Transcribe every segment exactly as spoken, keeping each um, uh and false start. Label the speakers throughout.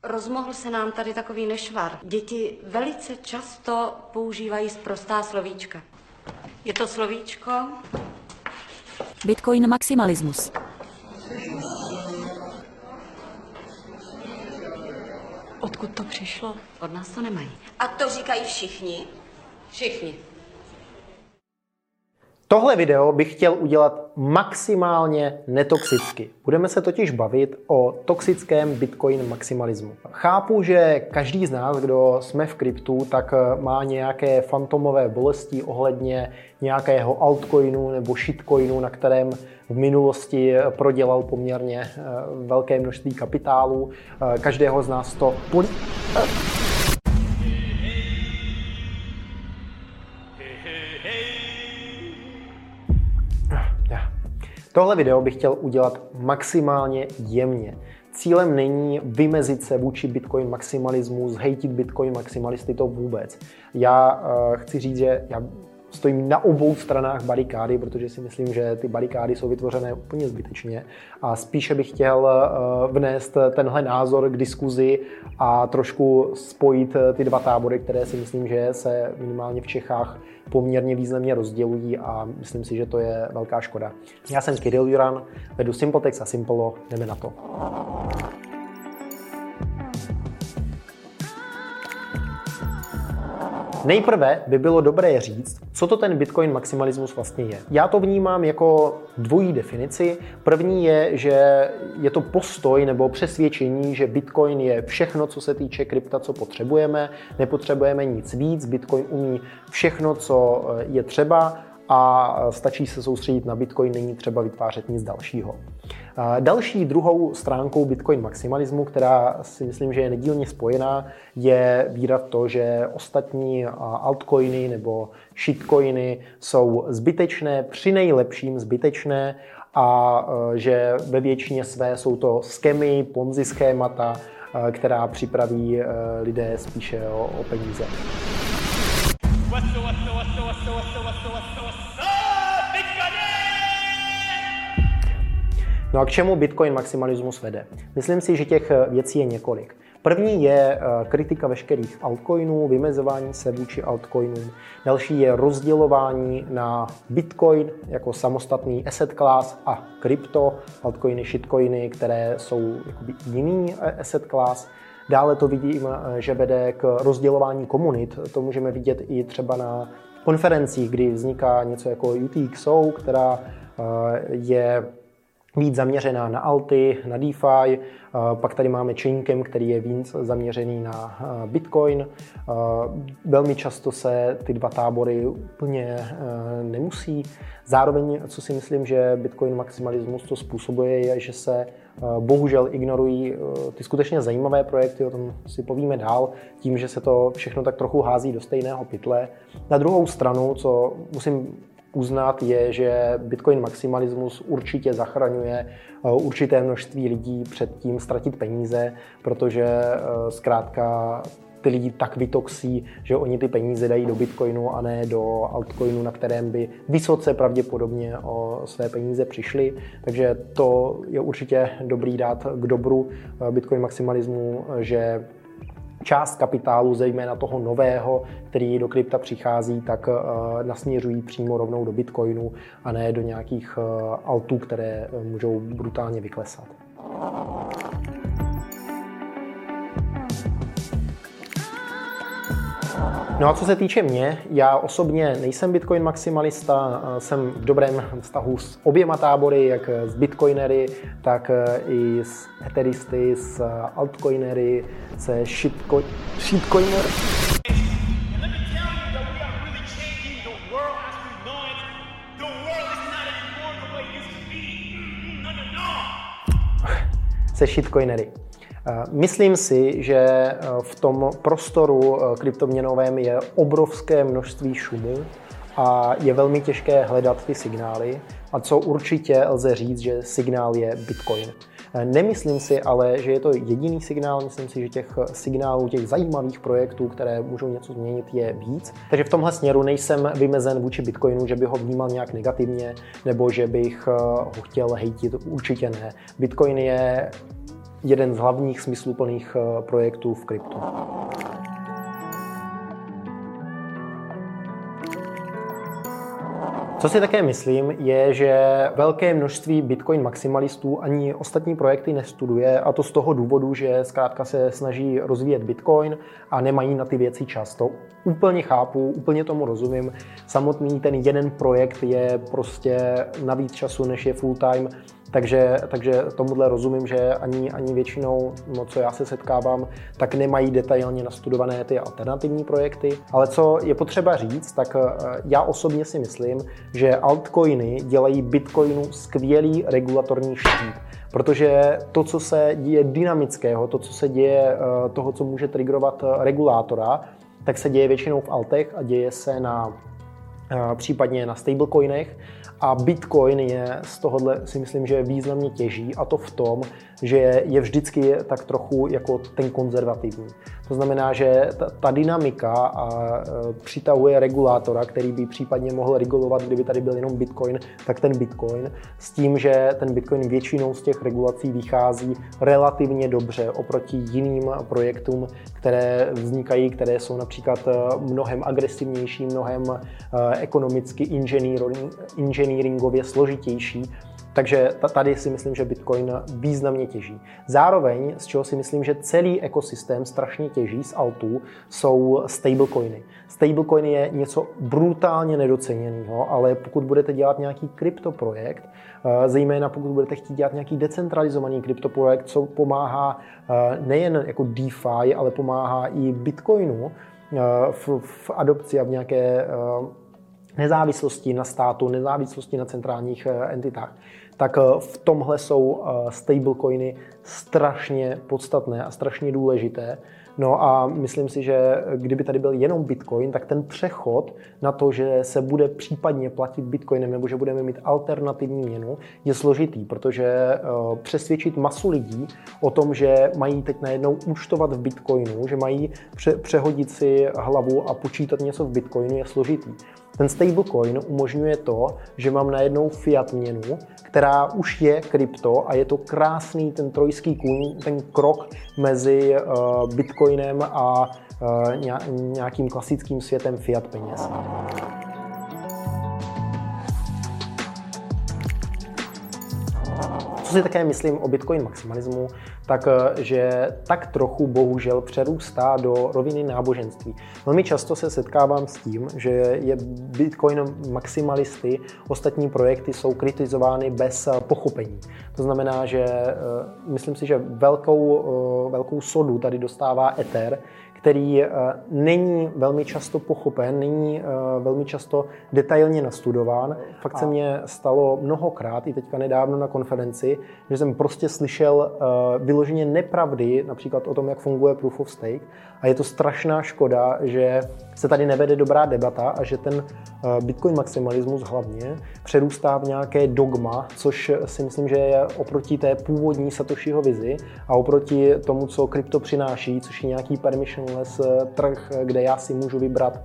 Speaker 1: Rozmohl se nám tady takový nešvar. Děti velice často používají sprostá slovíčka. Je to slovíčko?
Speaker 2: Bitcoin maximalismus.
Speaker 1: Odkud to přišlo? Od nás to nemají. A to říkají všichni? Všichni.
Speaker 3: Tohle video bych chtěl udělat maximálně netoxicky. Budeme se totiž bavit o toxickém Bitcoin maximalismu. Chápu, že každý z nás, kdo jsme v kryptu, tak má nějaké fantomové bolesti ohledně nějakého altcoinu nebo shitcoinu, na kterém v minulosti prodělal poměrně velké množství kapitálu. Každého z nás to... Tohle video bych chtěl udělat maximálně jemně. Cílem není vymezit se vůči Bitcoin maximalismu, zhejtit Bitcoin maximalisty, to vůbec. Já uh, chci říct, že já stojím na obou stranách barikády, protože si myslím, že ty barikády jsou vytvořené úplně zbytečně a spíše bych chtěl uh, vnést tenhle názor k diskuzi a trošku spojit ty dva tábory, které si myslím, že se minimálně v Čechách poměrně významně rozdělují a myslím si, že to je velká škoda. Já jsem Kirill Juran, vedu Simpletex a Simplo, jdeme na to. Nejprve by bylo dobré říct, co to ten Bitcoin maximalismus vlastně je. Já to vnímám jako dvojí definici. První je, že je to postoj nebo přesvědčení, že Bitcoin je všechno, co se týče krypta, co potřebujeme. Nepotřebujeme nic víc. Bitcoin umí všechno, co je třeba a stačí se soustředit na Bitcoin, není třeba vytvářet nic dalšího. Další druhou stránkou Bitcoin maximalismu, která si myslím, že je nedílně spojená, je víra v to, že ostatní altcoiny nebo shitcoiny jsou zbytečné, při nejlepším zbytečné a že ve většině své jsou to skemy, ponzi schémata, která připraví lidé spíše o, o peníze. No a k čemu Bitcoin maximalismus vede? Myslím si, že těch věcí je několik. První je kritika veškerých altcoinů, vymezování se vůči altcoinům. Další je rozdělování na Bitcoin jako samostatný asset class a krypto, altcoiny, shitcoiny, které jsou jakoby jiný asset class. Dále to vidím, že vede k rozdělování komunit. To můžeme vidět i třeba na konferencích, kdy vzniká něco jako U T X O, která je víc zaměřená na alty, na DeFi, pak tady máme Chaincam, který je víc zaměřený na Bitcoin. Velmi často se ty dva tábory úplně nemusí. Zároveň, co si myslím, že Bitcoin maximalismus to způsobuje, je, že se bohužel ignorují ty skutečně zajímavé projekty, o tom si povíme dál, tím, že se to všechno tak trochu hází do stejného pytle. Na druhou stranu, co musím uznat, je, že Bitcoin maximalismus určitě zachraňuje určité množství lidí před tím ztratit peníze, protože zkrátka ty lidi tak vytoxí, že oni ty peníze dají do Bitcoinu a ne do altcoinu, na kterém by vysoce pravděpodobně o své peníze přišli. Takže to je určitě dobrý dát k dobru Bitcoin maximalismu, že část kapitálu, zejména toho nového, který do krypta přichází, tak nasměřují přímo rovnou do Bitcoinu a ne do nějakých altů, které můžou brutálně vyklesat. No a co se týče mě, já osobně nejsem Bitcoin maximalista, jsem v dobrém vztahu s oběma tábory, jak s bitcoinery, tak i s etheristy, s altcoinery, se shitco- shitcoinery. Se shitcoinery. Myslím si, že v tom prostoru kryptoměnovém je obrovské množství šumu a je velmi těžké hledat ty signály. A co určitě lze říct, že signál je Bitcoin. Nemyslím si ale, že je to jediný signál, myslím si, že těch signálů, těch zajímavých projektů, které můžou něco změnit, je víc. Takže v tomhle směru nejsem vymezen vůči Bitcoinu, že bych ho vnímal nějak negativně, nebo že bych ho chtěl hejtit, určitě ne. Bitcoin je jeden z hlavních smysluplných projektů v kryptu. Co si také myslím, je, že velké množství Bitcoin maximalistů ani ostatní projekty nestuduje, a to z toho důvodu, že zkrátka se snaží rozvíjet Bitcoin a nemají na ty věci čas. To úplně chápu, úplně tomu rozumím. Samotný ten jeden projekt je prostě navíc času, než je full time. Takže, takže tomuhle rozumím, že ani, ani většinou, no, co já se setkávám, tak nemají detailně nastudované ty alternativní projekty. Ale co je potřeba říct, tak já osobně si myslím, že altcoiny dělají Bitcoinu skvělý regulatorní štít. Protože to, co se děje dynamického, to, co se děje toho, co může triggerovat regulátora, tak se děje většinou v altech a děje se na případně na stablecoinech. A Bitcoin je z tohohle si myslím, že významně těží, a to v tom, že je vždycky tak trochu jako ten konzervativní. To znamená, že ta, ta dynamika a, e, přitahuje regulátora, který by případně mohl regulovat, kdyby tady byl jenom Bitcoin, tak ten Bitcoin, s tím, že ten Bitcoin většinou z těch regulací vychází relativně dobře oproti jiným projektům, které vznikají, které jsou například mnohem agresivnější, mnohem e, ekonomicky inženýringově složitější. Takže tady si myslím, že Bitcoin významně těží. Zároveň, z čeho si myslím, že celý ekosystém strašně těží z altů, jsou stablecoiny. Stablecoin je něco brutálně nedoceněného, ale pokud budete dělat nějaký kryptoprojekt, zejména pokud budete chtít dělat nějaký decentralizovaný kryptoprojekt, co pomáhá nejen jako DeFi, ale pomáhá i Bitcoinu v, v adopci a v nějaké nezávislosti na státu, nezávislosti na centrálních entitách, tak v tomhle jsou stablecoiny strašně podstatné a strašně důležité. No a myslím si, že kdyby tady byl jenom Bitcoin, tak ten přechod na to, že se bude případně platit Bitcoinem nebo že budeme mít alternativní měnu, je složitý, protože přesvědčit masu lidí o tom, že mají teď najednou účtovat v Bitcoinu, že mají přehodit si hlavu a počítat něco v Bitcoinu, je složitý. Ten stablecoin umožňuje to, že mám najednou fiat měnu, která už je krypto, a je to krásný ten trojský kůň, ten krok mezi uh, Bitcoinem a uh, nějakým klasickým světem fiat peněz. Co si také myslím o Bitcoin maximalismu, tak že tak trochu bohužel přerůstá do roviny náboženství. Velmi často se setkávám s tím, že je Bitcoin maximalisty, ostatní projekty jsou kritizovány bez pochopení. To znamená, že myslím si, že velkou, velkou sodu tady dostává Ether, který není velmi často pochopen, není velmi často detailně nastudován. Fakt se mně stalo mnohokrát, i teďka nedávno na konferenci, že jsem prostě slyšel vyloženě nepravdy, například o tom, jak funguje Proof of Stake. A je to strašná škoda, že se tady nevede dobrá debata a že ten Bitcoin maximalismus hlavně přerůstá v nějaké dogma, což si myslím, že je oproti té původní Satoshiho vizi a oproti tomu, co krypto přináší, což je nějaký permissionless trh, kde já si můžu vybrat,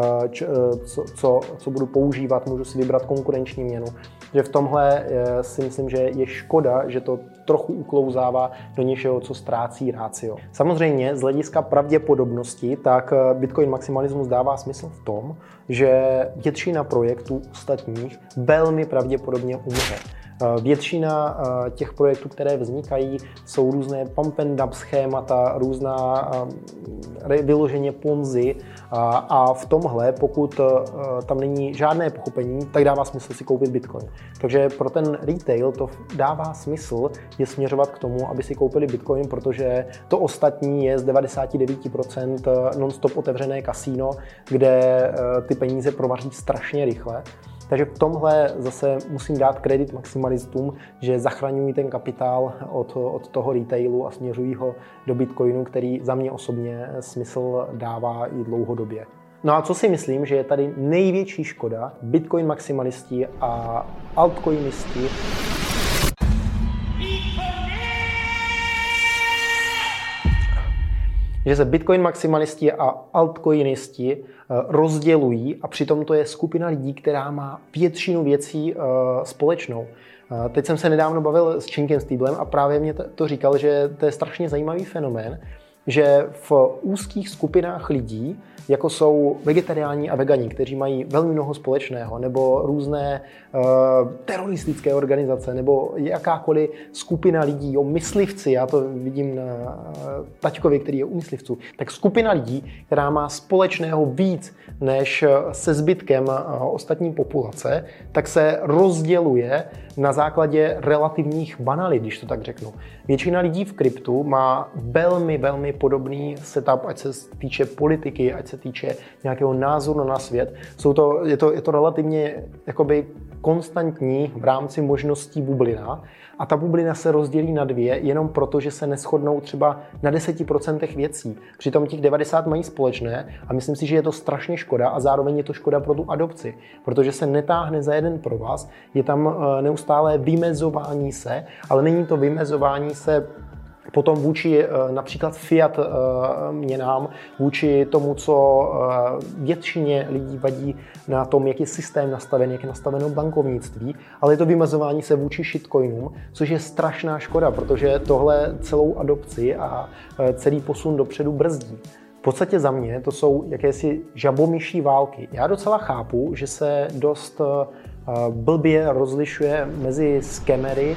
Speaker 3: co, co, co budu používat, můžu si vybrat konkurenční měnu. Že v tomhle si myslím, že je škoda, že to trochu uklouzává do něčeho, co ztrácí ratio. Samozřejmě z hlediska pravděpodobnosti, tak Bitcoin maximalismus dává smysl v tom, že většina projektů ostatních velmi pravděpodobně umře. Většina těch projektů, které vznikají, jsou různé pump and dump schémata, různá vyloženě ponzi, a v tomhle, pokud tam není žádné pochopení, tak dává smysl si koupit Bitcoin. Takže pro ten retail to dává smysl je směřovat k tomu, aby si koupili Bitcoin, protože to ostatní je z devadesát devět procent non-stop otevřené kasíno, kde ty peníze provaří strašně rychle. Takže v tomhle zase musím dát kredit maximalistům, že zachraňují ten kapitál od, od toho retailu a směřují ho do Bitcoinu, který za mě osobně smysl dává i dlouhodobě. No a co si myslím, že je tady největší škoda, Bitcoin maximalisti a altcoinisti že se Bitcoin maximalisti a altcoinisti rozdělují a přitom to je skupina lidí, která má většinu věcí společnou. Teď jsem se nedávno bavil s Činkem Stieblem a právě mě to říkal, že to je strašně zajímavý fenomén, že v úzkých skupinách lidí, jako jsou vegetariáni a vegani, kteří mají velmi mnoho společného, nebo různé uh, teroristické organizace, nebo jakákoliv skupina lidí, jo, myslivci, já to vidím na uh, taťkovi, který je u myslivců, tak skupina lidí, která má společného víc než se zbytkem uh, ostatní populace, tak se rozděluje na základě relativních banalit, když to tak řeknu. Většina lidí v kryptu má velmi, velmi podobný setup, ať se týče politiky, ať se týče nějakého názoru na svět. Jsou to, je, to, je to relativně jakoby konstantní v rámci možností bublina a ta bublina se rozdělí na dvě jenom proto, že se neshodnou třeba na deset procent věcí. Přitom těch devadesát mají společné a myslím si, že je to strašně škoda a zároveň je to škoda pro tu adopci, protože se netáhne za jeden provaz, je tam neustále vymezování se, ale není to vymezování se potom vůči například fiat měnám, vůči tomu, co většině lidí vadí na tom, jak je systém nastaven, jak je nastaveno bankovnictví, ale je to vymezování se vůči shitcoinům, což je strašná škoda, protože tohle celou adopci a celý posun dopředu brzdí. V podstatě za mě to jsou jakési žabomyší války. Já docela chápu, že se dost blbě rozlišuje mezi skemery.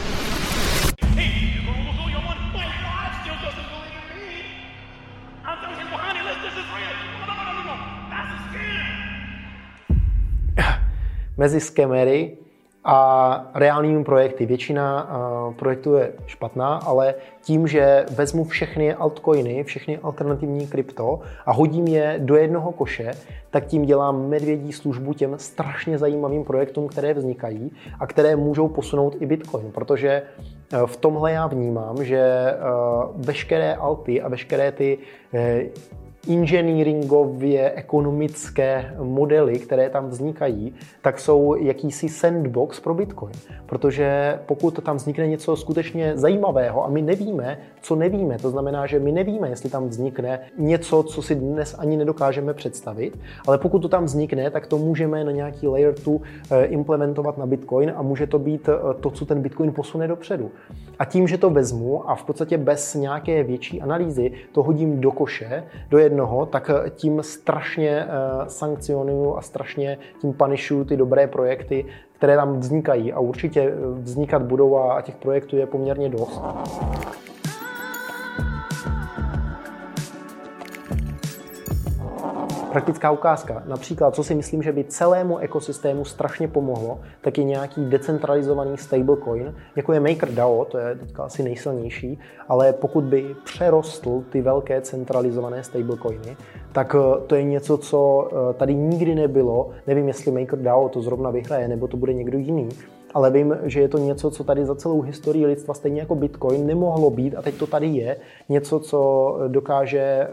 Speaker 3: mezi skemery a reálnými projekty. Většina uh, projektů je špatná, ale tím, že vezmu všechny altcoiny, všechny alternativní krypto a hodím je do jednoho koše, tak tím dělám medvědí službu těm strašně zajímavým projektům, které vznikají a které můžou posunout i Bitcoin, protože uh, v tomhle já vnímám, že uh, veškeré alty a veškeré ty uh, inženýringově ekonomické modely, které tam vznikají, tak jsou jakýsi sandbox pro Bitcoin. Protože pokud tam vznikne něco skutečně zajímavého a my nevíme, co nevíme, to znamená, že my nevíme, jestli tam vznikne něco, co si dnes ani nedokážeme představit, ale pokud to tam vznikne, tak to můžeme na nějaký layer two implementovat na Bitcoin a může to být to, co ten Bitcoin posune dopředu. A tím, že to vezmu a v podstatě bez nějaké větší analýzy to hodím do koše, do jednoho, tak tím strašně sankcionuju a strašně tím punishuju ty dobré projekty, které tam vznikají a určitě vznikat budou a těch projektů je poměrně dost. Praktická ukázka. Například, co si myslím, že by celému ekosystému strašně pomohlo, tak je nějaký decentralizovaný stablecoin, jako je MakerDAO, to je teďka asi nejsilnější, ale pokud by přerostl ty velké centralizované stablecoiny, tak to je něco, co tady nikdy nebylo. Nevím, jestli MakerDAO to zrovna vyhraje, nebo to bude někdo jiný. Ale vím, že je to něco, co tady za celou historii lidstva, stejně jako Bitcoin, nemohlo být a teď to tady je. Něco, co dokáže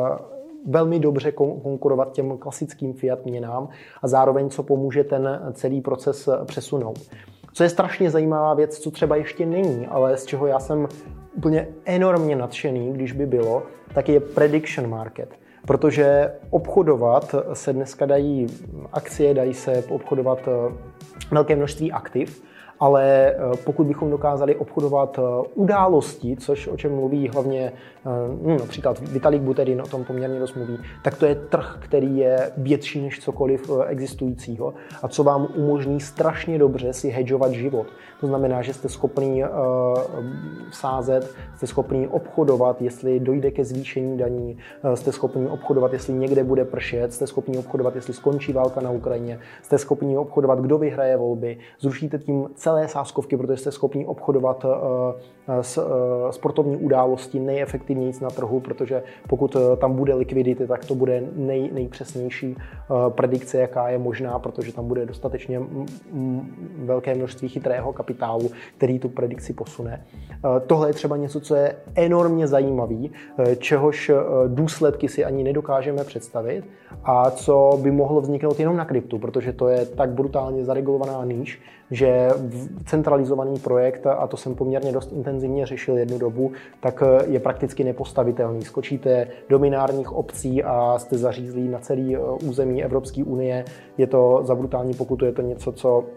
Speaker 3: velmi dobře konkurovat těm klasickým fiat měnám a zároveň co pomůže ten celý proces přesunout. Co je strašně zajímavá věc, co třeba ještě není, ale z čeho já jsem úplně enormně nadšený, když by bylo, tak je prediction market. Protože obchodovat se dneska dají akcie, dají se obchodovat velké množství aktiv, ale pokud bychom dokázali obchodovat události, což o čem mluví hlavně no, například Vitalik Buterin, o tom poměrně dost mluví, tak to je trh, který je větší než cokoliv existujícího a co vám umožní strašně dobře si hedžovat život. To znamená, že jste schopný uh, sázet, jste schopný obchodovat, jestli dojde ke zvýšení daní, uh, jste schopný obchodovat, jestli někde bude pršet, jste schopný obchodovat, jestli skončí válka na Ukrajině, jste schopný obchodovat, kdo vyhraje volby, zrušíte tím celé sázkovky, protože jste schopní obchodovat uh, s, uh, sportovní události nejefektivněji na trhu, protože pokud uh, tam bude likvidity, tak to bude nej, nejpřesnější uh, predikce, jaká je možná, protože tam bude dostatečně m- m- velké množství chytrého kapitálu, který tu predikci posune. Uh, tohle je třeba něco, co je enormně zajímavý, uh, čehož uh, důsledky si ani nedokážeme představit a co by mohlo vzniknout jenom na kryptu, protože to je tak brutálně zaregulovaná níž, že centralizovaný projekt, a to jsem poměrně dost intenzivně řešil jednu dobu, tak je prakticky nepostavitelný. Skočíte do binárních obcí a jste zařízlí na celý území Evropské unie. Je to za brutální pokutu, je to něco, co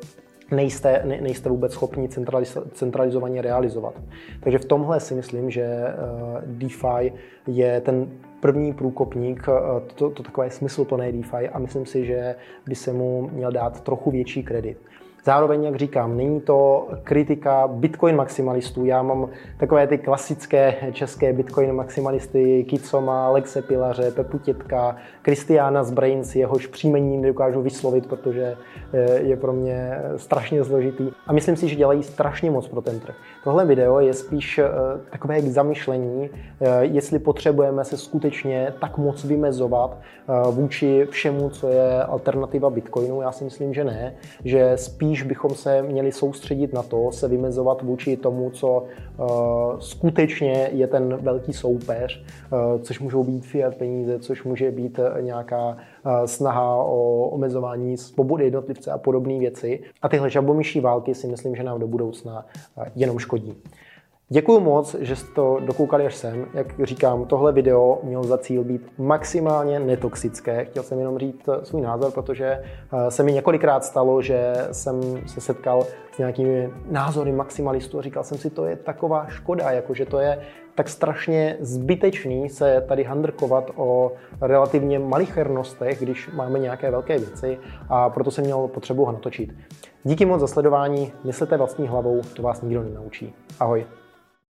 Speaker 3: nejste, ne, nejste vůbec schopni centraliz, centralizovaně realizovat. Takže v tomhle si myslím, že DeFi je ten první průkopník, to, to takové smysluplné DeFi a myslím si, že by se mu měl dát trochu větší kredit. Zároveň, jak říkám, není to kritika Bitcoin maximalistů. Já mám takové ty klasické české Bitcoin maximalisty, Kicoma, Lexe Pilaře, Pepu Tětka, Kristiána z Brains, jehož příjmení nedokážu vyslovit, protože je pro mě strašně složitý. A myslím si, že dělají strašně moc pro ten trh. Tohle video je spíš takové k zamyšlení, jestli potřebujeme se skutečně tak moc vymezovat vůči všemu, co je alternativa Bitcoinu. Já si myslím, že ne, že spíš Spíš bychom se měli soustředit na to, se vymezovat vůči tomu, co uh, skutečně je ten velký soupeř, uh, což můžou být fiat peníze, což může být nějaká uh, snaha o omezování svobody jednotlivce a podobné věci. A tyhle žabomyší války si myslím, že nám do budoucna uh, jenom škodí. Děkuju moc, že jste to dokoukali až sem. Jak říkám, tohle video mělo za cíl být maximálně netoxické. Chtěl jsem jenom říct svůj názor, protože se mi několikrát stalo, že jsem se setkal s nějakými názory maximalistů a říkal jsem si, to je taková škoda, jakože to je tak strašně zbytečný se tady handrkovat o relativně malichernostech, když máme nějaké velké věci a proto jsem měl potřebu ho natočit. Díky moc za sledování, myslete vlastní hlavou, to vás nikdo nenaučí. Ahoj.